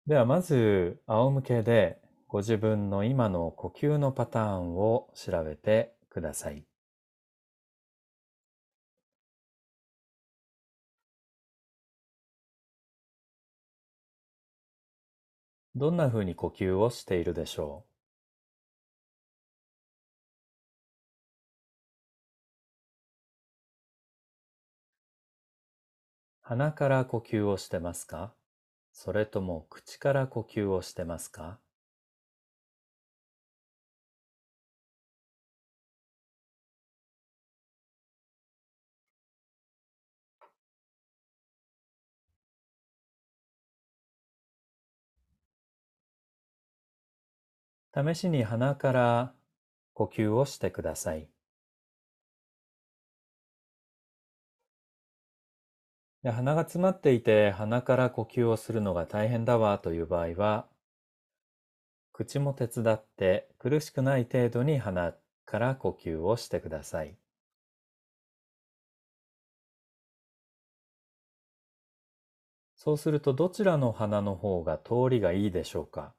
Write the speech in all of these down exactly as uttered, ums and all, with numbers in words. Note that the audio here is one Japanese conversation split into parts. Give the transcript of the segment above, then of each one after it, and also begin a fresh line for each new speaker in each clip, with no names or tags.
ではまず仰向けでご自分の今の呼吸のパターンを調べてください。どんな風に呼吸をしているでしょう？鼻から呼吸をしてますか？それとも口から呼吸をしてますか？試しに鼻から呼吸をしてください。で、鼻が詰まっていて鼻から呼吸をするのが大変だわという場合は、口も手伝って苦しくない程度に鼻から呼吸をしてください。そうするとどちらの鼻の方が通りがいいでしょうか？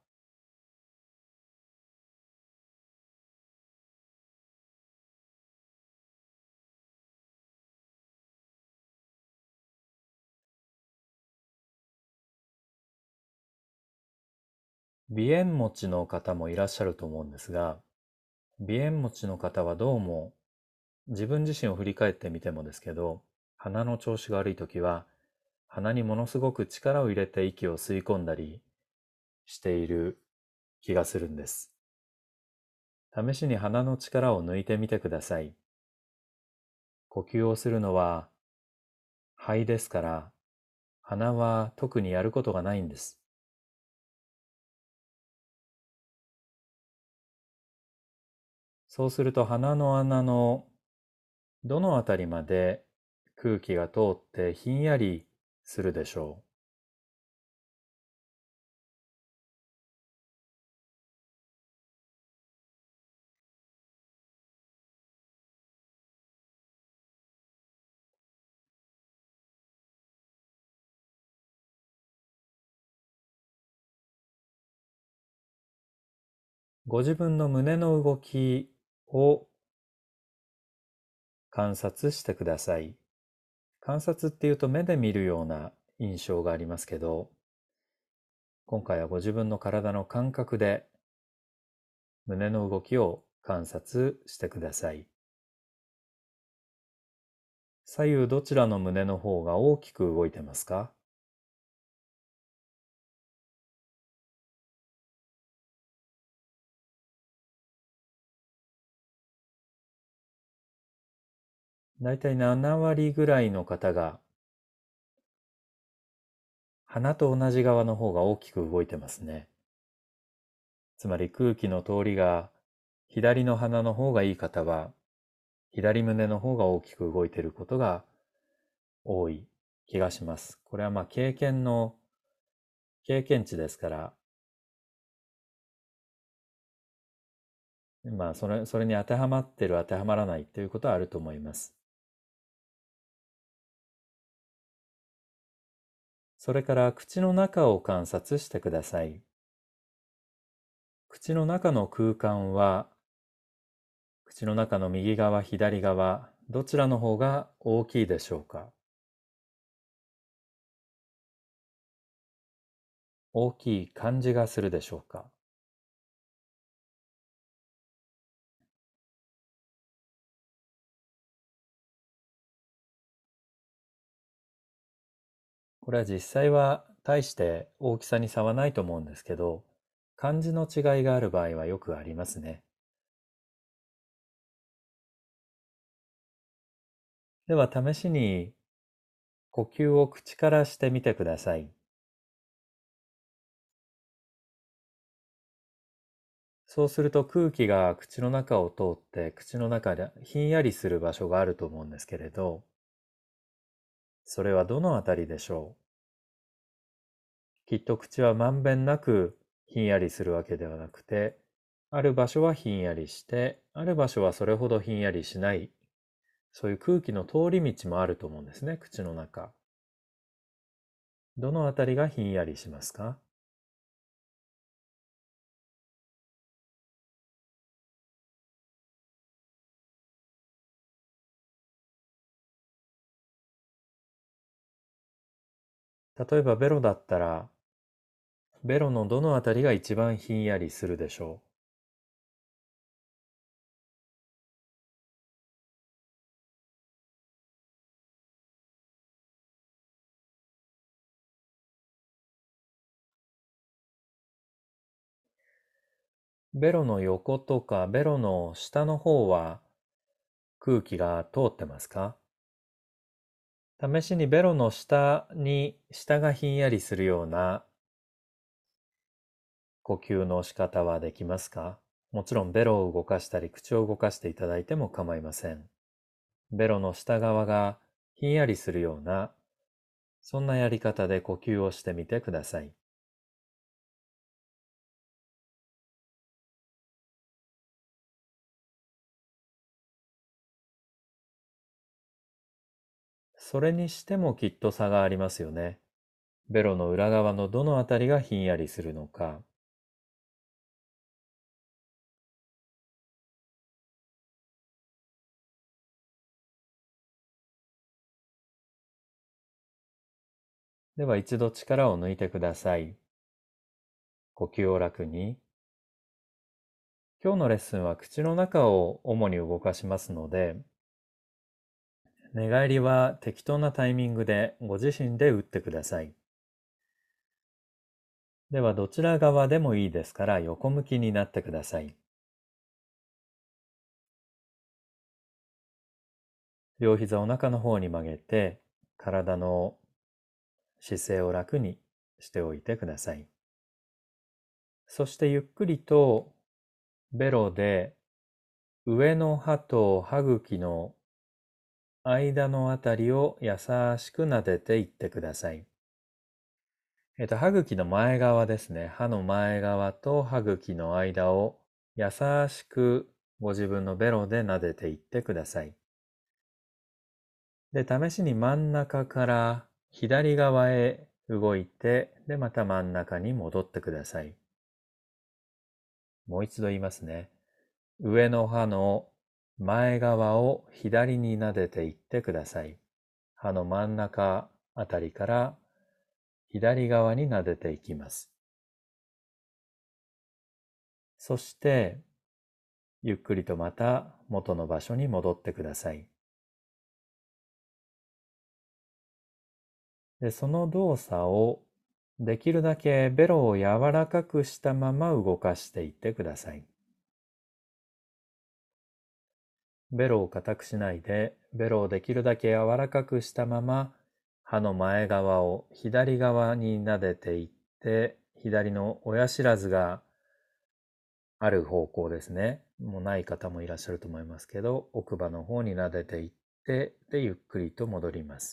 鼻炎持ちの方もいらっしゃると思うんですが、鼻炎持ちの方はどうも自分自身を振り返ってみてもですけど、鼻の調子が悪い時は鼻にものすごく力を入れて息を吸い込んだりしている気がするんです。試しに鼻の力を抜いてみてください。呼吸をするのは肺ですから、鼻は特にやることがないんです。そうすると鼻の穴のどのあたりまで空気が通ってひんやりするでしょう？ご自分の胸の動きを観察してください。観察っていうと目で見るような印象がありますけど、今回はご自分の体の感覚で胸の動きを観察してください。左右どちらの胸の方が大きく動いてますか？だいたいなな割ぐらいの方が鼻と同じ側の方が大きく動いてますね。つまり空気の通りが左の鼻の方がいい方は、左胸の方が大きく動いていることが多い気がします。これはまあ経験の、経験値ですから、まあそれ、それに当てはまってる当てはまらないということはあると思います。それから口の中を観察してください。口の中の空間は、口の中の右側、左側、どちらの方が大きいでしょうか？大きい感じがするでしょうか？これは実際は大して大きさに差はないと思うんですけど、感じの違いがある場合はよくありますね。では試しに呼吸を口からしてみてください。そうすると空気が口の中を通って口の中でひんやりする場所があると思うんですけれど、それはどのあたりでしょう？きっと口はまんべんなくひんやりするわけではなくて、ある場所はひんやりして、ある場所はそれほどひんやりしない、そういう空気の通り道もあると思うんですね、口の中。どのあたりがひんやりしますか？ 例えばベロだったら、ベロのどのあたりが一番ひんやりするでしょう？ベロの横とかベロの下の方は空気が通ってますか？試しにベロの下に、下がひんやりするような呼吸の仕方はできますか？もちろんベロを動かしたり口を動かしていただいても構いません。ベロの下側がひんやりするような、そんなやり方で呼吸をしてみてください。それにしてもきっと差がありますよね。ベロの裏側のどのあたりがひんやりするのか。では一度力を抜いてください。呼吸を楽に。今日のレッスンは口の中を主に動かしますので、寝返りは適当なタイミングでご自身で打ってください。ではどちら側でもいいですから横向きになってください。両膝を中の方に曲げて、体の姿勢を楽にしておいてください。そしてゆっくりとベロで上の歯と歯茎の間のあたりを優しく撫でていってください。えっと、歯茎の前側ですね。歯の前側と歯茎の間を優しくご自分のベロで撫でていってください。で、試しに真ん中から左側へ動いて、で、また真ん中に戻ってください。もう一度言いますね。上の歯の前側を左に撫でていってください。歯の真ん中あたりから左側に撫でていきます。そして、ゆっくりとまた元の場所に戻ってください。で、その動作をできるだけベロを柔らかくしたまま動かしていってください。ベロを硬くしないで、ベロをできるだけ柔らかくしたまま、歯の前側を左側に撫でていって、左の親知らずがある方向ですね。もうない方もいらっしゃると思いますけど、奥歯の方に撫でていって、で、ゆっくりと戻ります。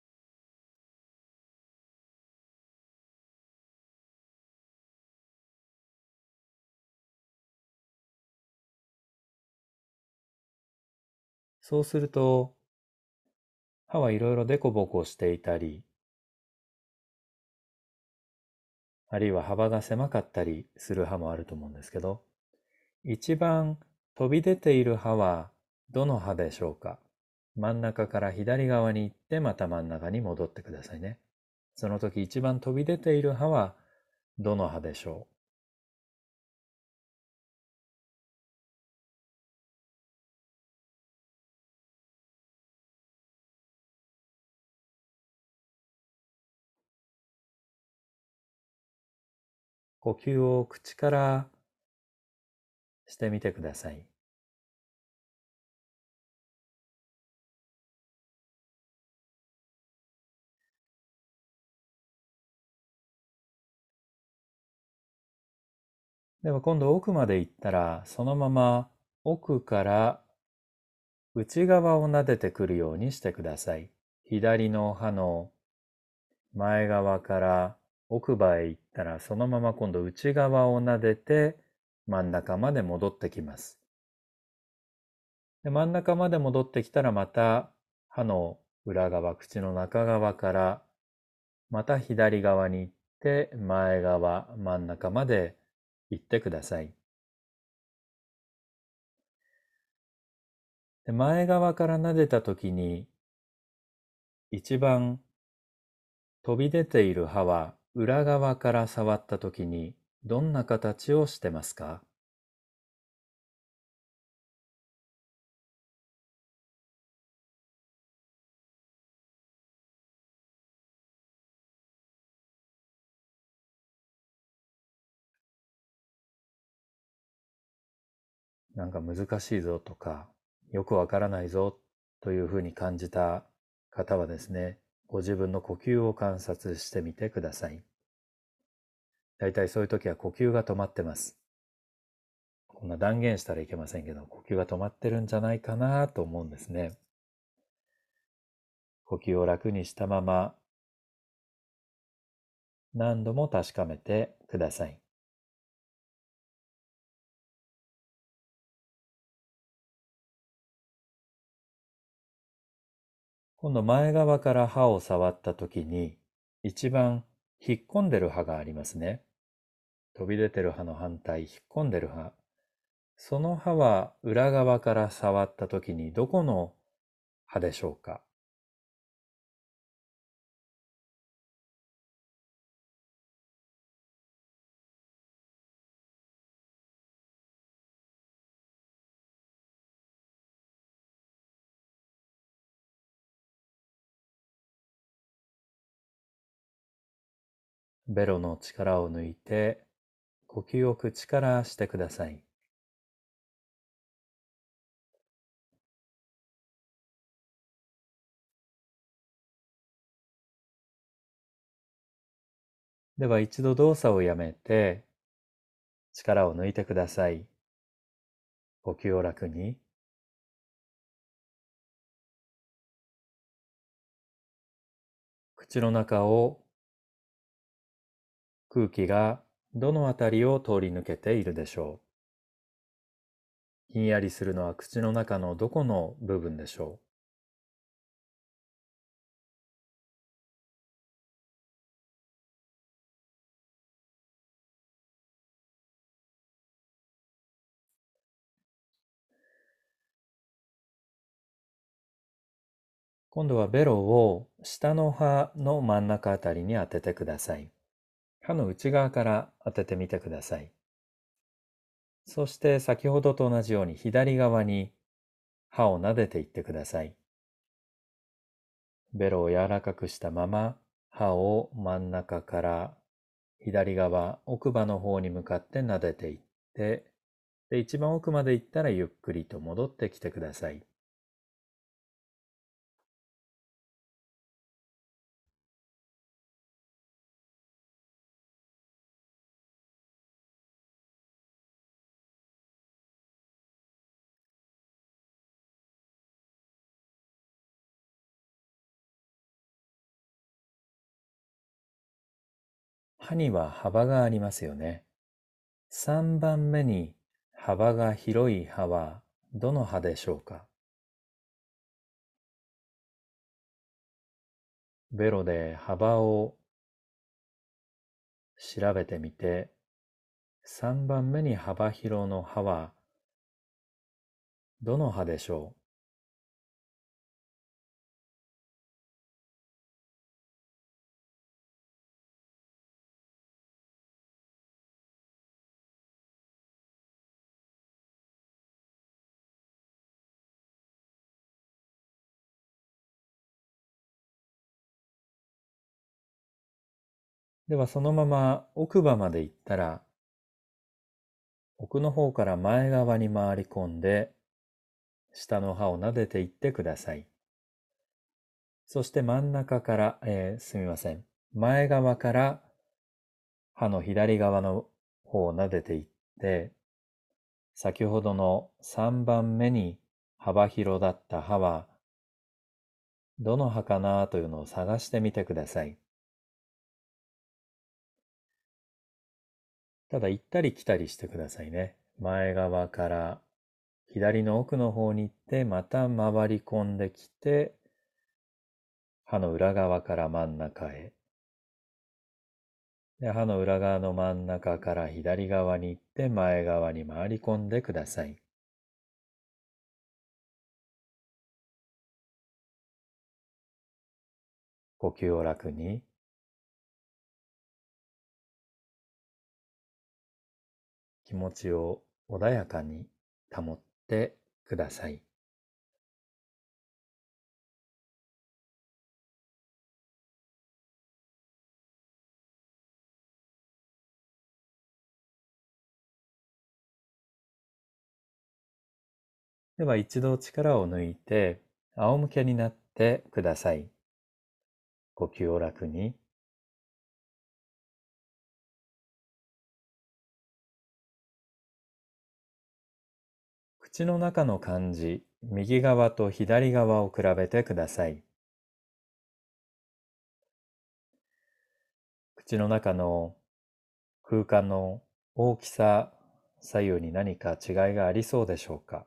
そうすると、歯はいろいろデコボコしていたり、あるいは幅が狭かったりする歯もあると思うんですけど、一番飛び出ている歯はどの歯でしょうか？真ん中から左側に行ってまた真ん中に戻ってくださいね。その時一番飛び出ている歯はどの歯でしょう？呼吸を口からしてみてください。では今度奥まで行ったら、そのまま奥から内側を撫でてくるようにしてください。左の歯の前側から奥歯へ行ったら、そのまま今度内側を撫でて真ん中まで戻ってきます。で、真ん中まで戻ってきたらまた歯の裏側、口の中側からまた左側に行って前側、真ん中まで行ってください。で、前側から撫でた時に一番飛び出ている歯は裏側から触ったときにどんな形をしてますか？なんか難しいぞとか、よくわからないぞというふうに感じた方はですね、ご自分の呼吸を観察してみてください。だいたいそういう時は呼吸が止まってます。こんな断言したらいけませんけど、呼吸が止まってるんじゃないかなと思うんですね。呼吸を楽にしたまま何度も確かめてください。今度前側から歯を触った時に一番引っ込んでる歯がありますね。飛び出てる歯の反対、引っ込んでる歯。その歯は裏側から触った時にどこの歯でしょうか？ベロの力を抜いて呼吸を口からしてください。では一度動作をやめて力を抜いてください。呼吸を楽に。口の中を空気がどのあたりを通り抜けているでしょう。ひんやりするのは口の中のどこの部分でしょう。今度はベロを下の歯の真ん中あたりに当ててください。歯の内側から当ててみてください。そして先ほどと同じように左側に歯を撫でていってください。ベロを柔らかくしたまま歯を真ん中から左側奥歯の方に向かって撫でていって、で一番奥まで行ったらゆっくりと戻ってきてください。歯には幅がありますよね。さんばんめに幅が広い歯はどの歯でしょうか？ベロで幅を調べてみて、さんばんめに幅広の歯はどの歯でしょう？ではそのまま奥歯まで行ったら、奥の方から前側に回り込んで、下の歯を撫でていってください。そして真ん中から、えーすみません。前側から歯の左側の方を撫でていって、先ほどのさんばんめに幅広だった歯はどの歯かなというのを探してみてください。ただ行ったり来たりしてくださいね。前側から左の奥の方に行ってまた回り込んできて、歯の裏側から真ん中へ。で、歯の裏側の真ん中から左側に行って前側に回り込んでください。呼吸を楽に。 気持ちを穏やかに保ってください。では一度力を抜いて仰向けになってください。呼吸を楽に。口の中の感じ、右側と左側を比べてください。口の中の空間の大きさ、左右に何か違いがありそうでしょうか。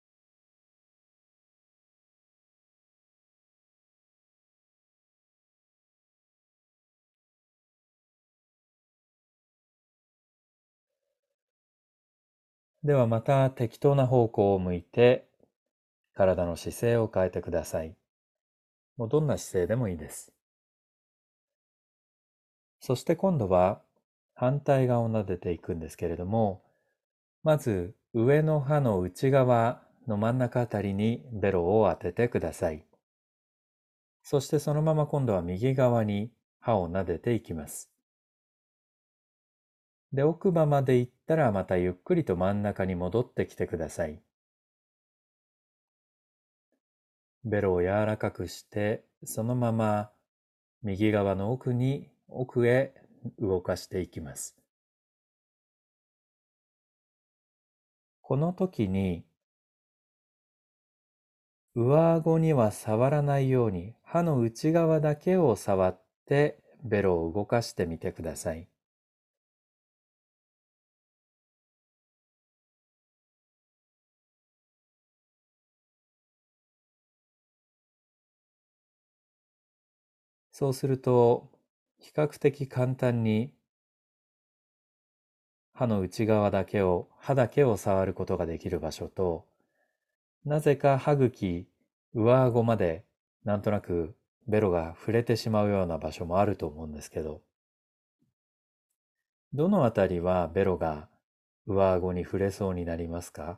ではまた適当な方向を向いて体の姿勢を変えてください。もうどんな姿勢でもいいです。そして今度は反対側を撫でていくんですけれども、まず上の歯の内側の真ん中あたりにベロを当ててください。そしてそのまま今度は右側に歯を撫でていきます。で、奥歯まで行ったらまたゆっくりと真ん中に戻ってきてください。ベロを柔らかくして、そのまま右側の奥に奥へ動かしていきます。この時に上顎には触らないように歯の内側だけを触ってベロを動かしてみてください。そうすると比較的簡単に歯の内側だけを、歯だけを触ることができる場所と、なぜか歯茎、上顎までなんとなくベロが触れてしまうような場所もあると思うんですけど、どのあたりはベロが上顎に触れそうになりますか？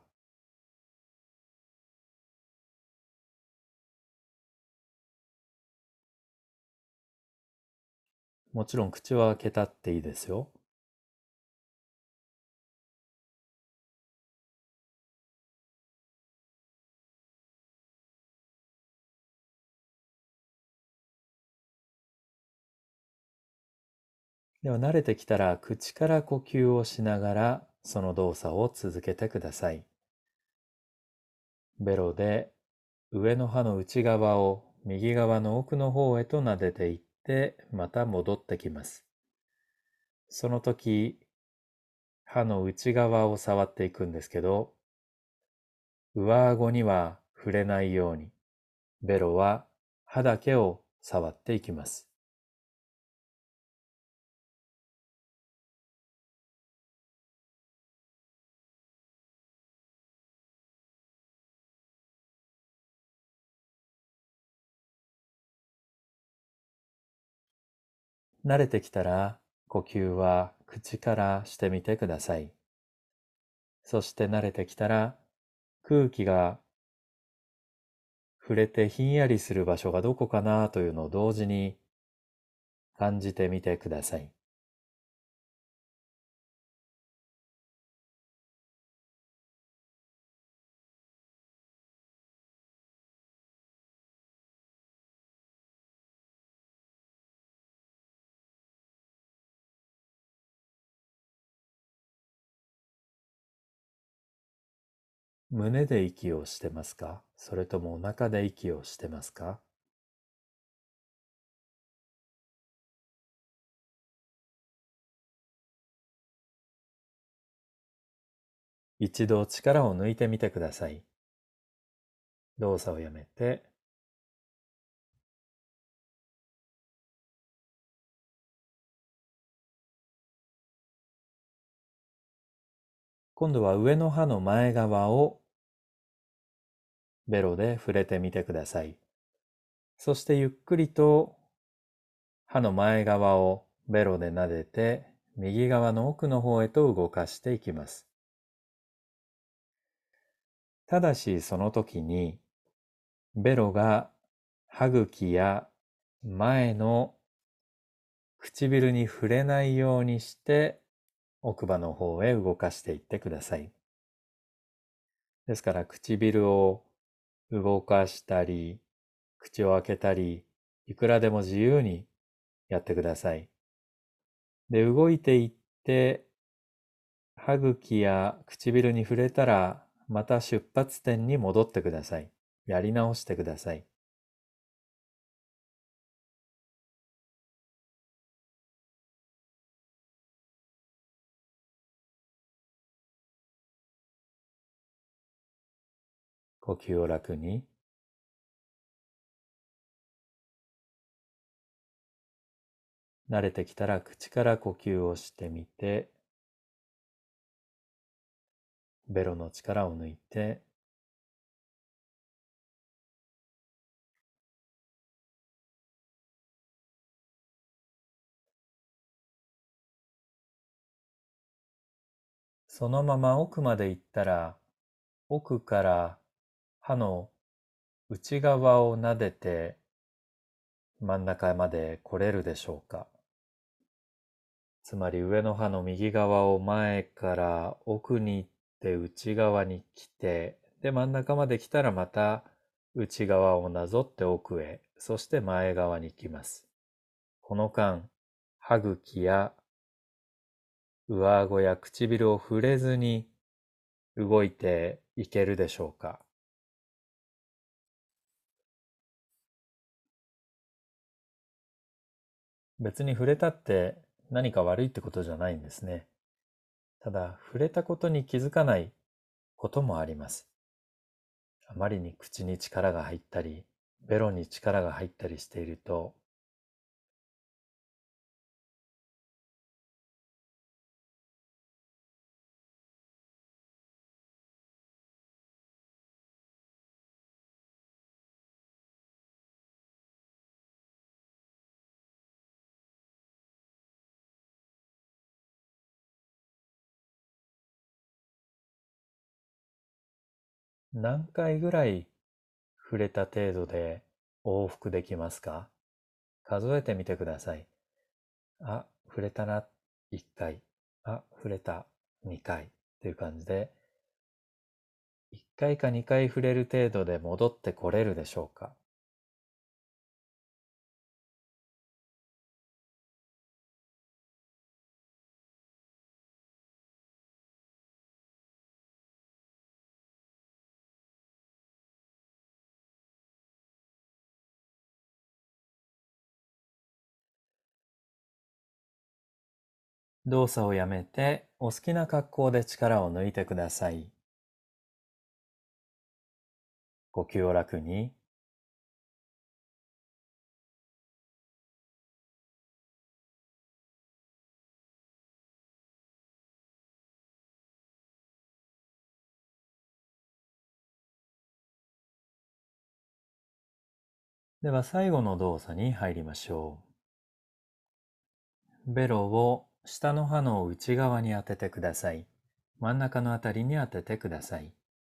もちろん口は開けたっていいですよ。では慣れてきたら口から呼吸をしながらその動作を続けてください。ベロで上の歯の内側を右側の奥の方へと撫でていってまた戻ってきます。その時、歯の内側を触っていくんですけど、上顎には触れないように、ベロは歯だけを触っていきます。慣れてきたら、呼吸は口からしてみてください。そして慣れてきたら、空気が触れてひんやりする場所がどこかなというのを同時に感じてみてください。胸で息をしてますか？それともお腹で息をしてますか？一度力を抜いてみてください。動作をやめて、今度は上の歯の前側をベロで触れてみてください。そしてゆっくりと歯の前側をベロで撫でて、右側の奥の方へと動かしていきます。 ただしその時にベロが歯茎や前の唇に触れないようにして奥歯の方へ動かしていってください。ですから唇を動かしたり、口を開けたり、いくらでも自由にやってください。で、動いていって、歯茎や唇に触れたら、また出発点に戻ってください。やり直してください。呼吸を楽に。慣れてきたら口から呼吸をしてみて、ベロの力を抜いて、そのまま奥まで行ったら、奥から歯の内側を撫でて真ん中まで来れるでしょうか。つまり上の歯の右側を前から奥に行って内側に来て、で真ん中まで来たらまた内側をなぞって奥へ、そして前側に行きます。この間、歯茎や上顎や唇を触れずに動いていけるでしょうか。別に触れたって何か悪いってことじゃないんですね。ただ、触れたことに気づかないこともあります。あまりに口に力が入ったり、ベロに力が入ったりしていると、何回ぐらい触れた程度で往復できますか？数えてみてください。あ、触れたな、いっかい。あ、触れた、にかい。という感じで、いっかいかにかい触れる程度で戻ってこれるでしょうか？動作をやめてお好きな格好で力を抜いてください。呼吸を楽に。では最後の動作に入りましょう。ベロを下の歯の内側に当ててください。真ん中のあたりに当ててください。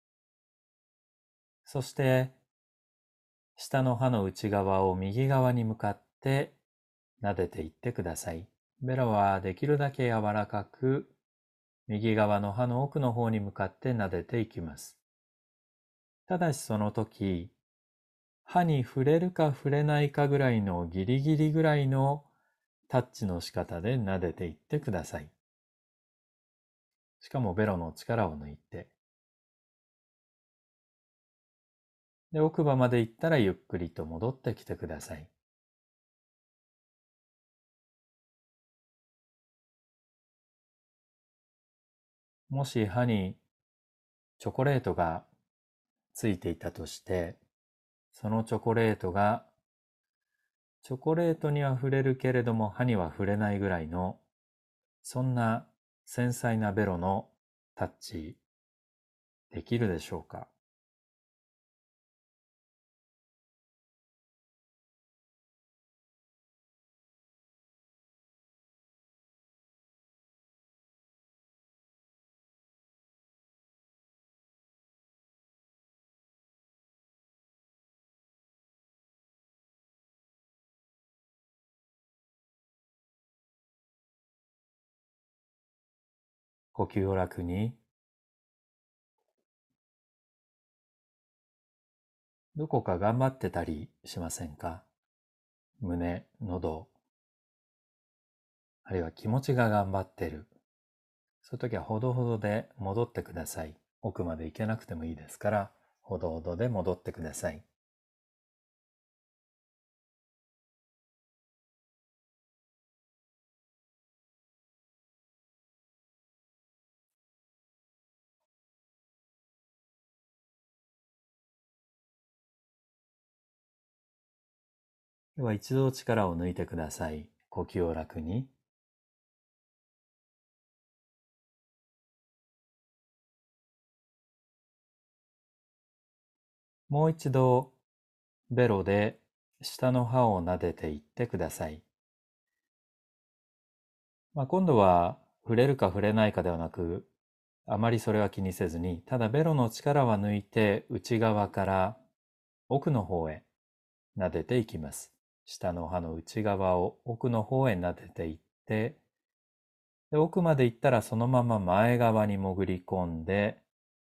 そして下の歯の内側を右側に向かって撫でていってください。ベロはできるだけ柔らかく右側の歯の奥の方に向かって撫でていきます。ただしその時、歯に触れるか触れないかぐらいのギリギリぐらいのタッチの仕方で撫でていってください。しかもベロの力を抜いて。で、奥歯まで行ったらゆっくりと戻ってきてください。もし歯にチョコレートがついていたとして、そのチョコレートがチョコレートには触れるけれども歯には触れないぐらいの、そんな繊細なベロのタッチできるでしょうか？ 呼吸を楽に。どこか頑張ってたりしませんか？胸、喉、あるいは気持ちが頑張ってる。そういう時はほどほどで戻ってください。奥まで行けなくてもいいですから、ほどほどで戻ってください。では一度力を抜いてください。呼吸を楽に。もう一度ベロで下の歯を撫でていってください。まあ、今度は触れるか触れないかではなく、あまりそれは気にせずに、ただベロの力は抜いて内側から奥の方へ撫でていきます。下の歯の内側を奥の方へ撫でていって、で奥まで行ったらそのまま前側に潜り込んで、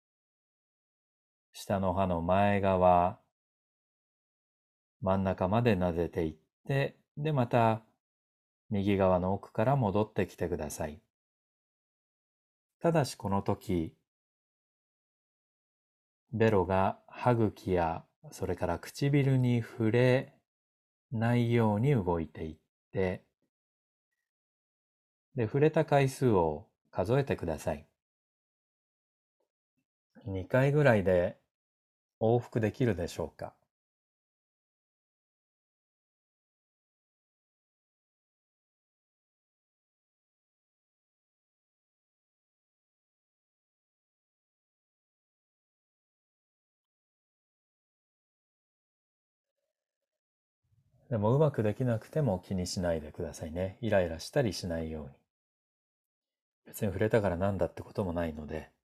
下の歯の前側、真ん中まで撫でていって、でまた右側の奥から戻ってきてください。ただしこの時、ベロが歯茎やそれから唇に触れないように動いていって、で触れた回数を数えてください。にかいぐらいで往復できるでしょうか？でもうまくできなくても気にしないでくださいね。イライラしたりしないように。別に触れたからなんだってこともないので。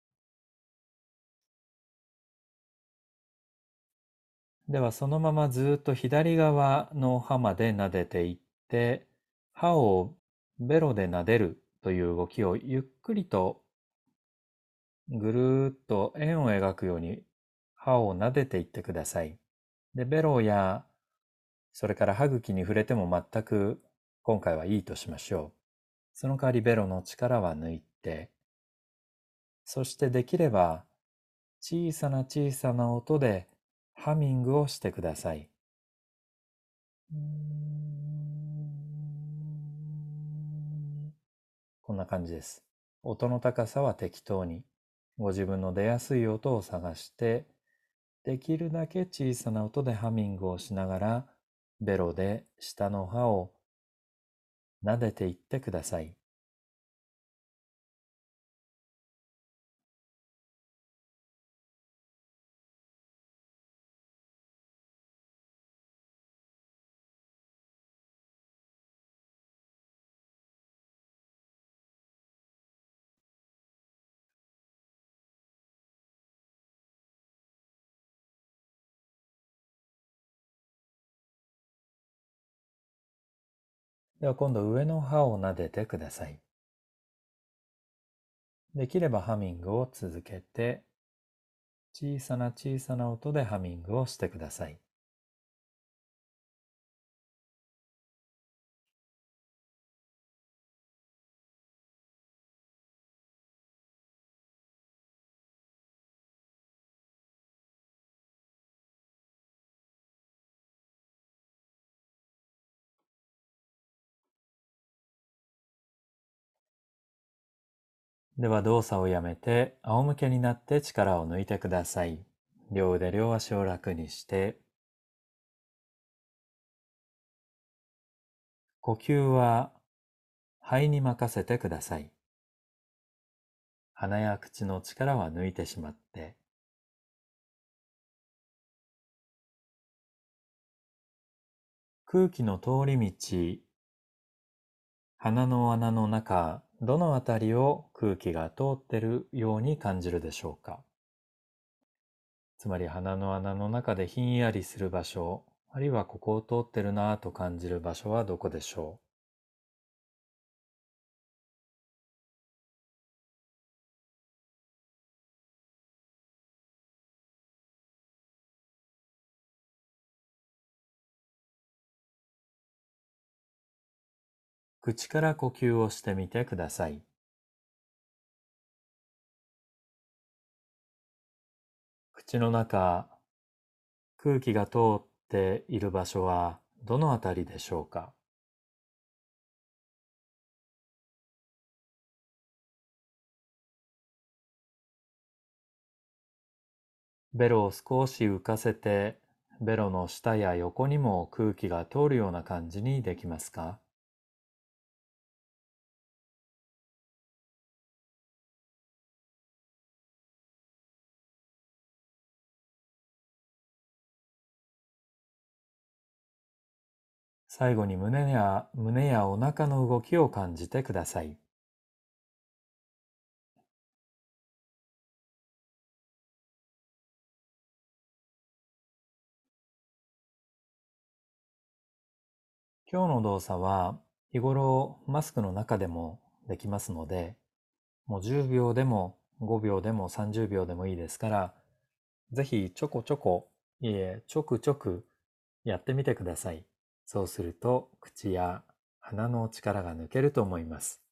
ではそのままずっと左側の歯まで撫でていって、歯をベロで撫でるという動きをゆっくりとぐるーっと円を描くように歯を撫でていってください。で、ベロやそれから歯茎に触れても全く今回はいいとしましょう。その代わりベロの力は抜いて、そしてできれば小さな小さな音でハミングをしてください。こんな感じです。音の高さは適当に、ご自分の出やすい音を探して、できるだけ小さな音でハミングをしながら、ベロで下の歯を撫でていってください。では今度上の歯を撫でてください。できればハミングを続けて、小さな小さな音でハミングをしてください。では動作をやめて仰向けになって力を抜いてください。両腕両足を楽にして、呼吸は肺に任せてください。鼻や口の力は抜いてしまって、空気の通り道、鼻の穴の中、どのあたりを空気が通っているように感じるでしょうか？つまり鼻の穴の中でひんやりする場所、あるいはここを通ってるなぁと感じる場所はどこでしょう？ 口から呼吸をしてみてください。口の中、空気が通っている場所はどのあたりでしょうか？ベロを少し浮かせて、ベロの下や横にも空気が通るような感じにできますか？最後に胸や、胸やお腹の動きを感じてください。今日の動作は日頃マスクの中でもできますので、もうじゅうびょうでもごびょうでもさんじゅうびょうでもいいですから、ぜひちょこちょこ、いえ、ちょくちょくやってみてください。そうすると口や鼻の力が抜けると思います。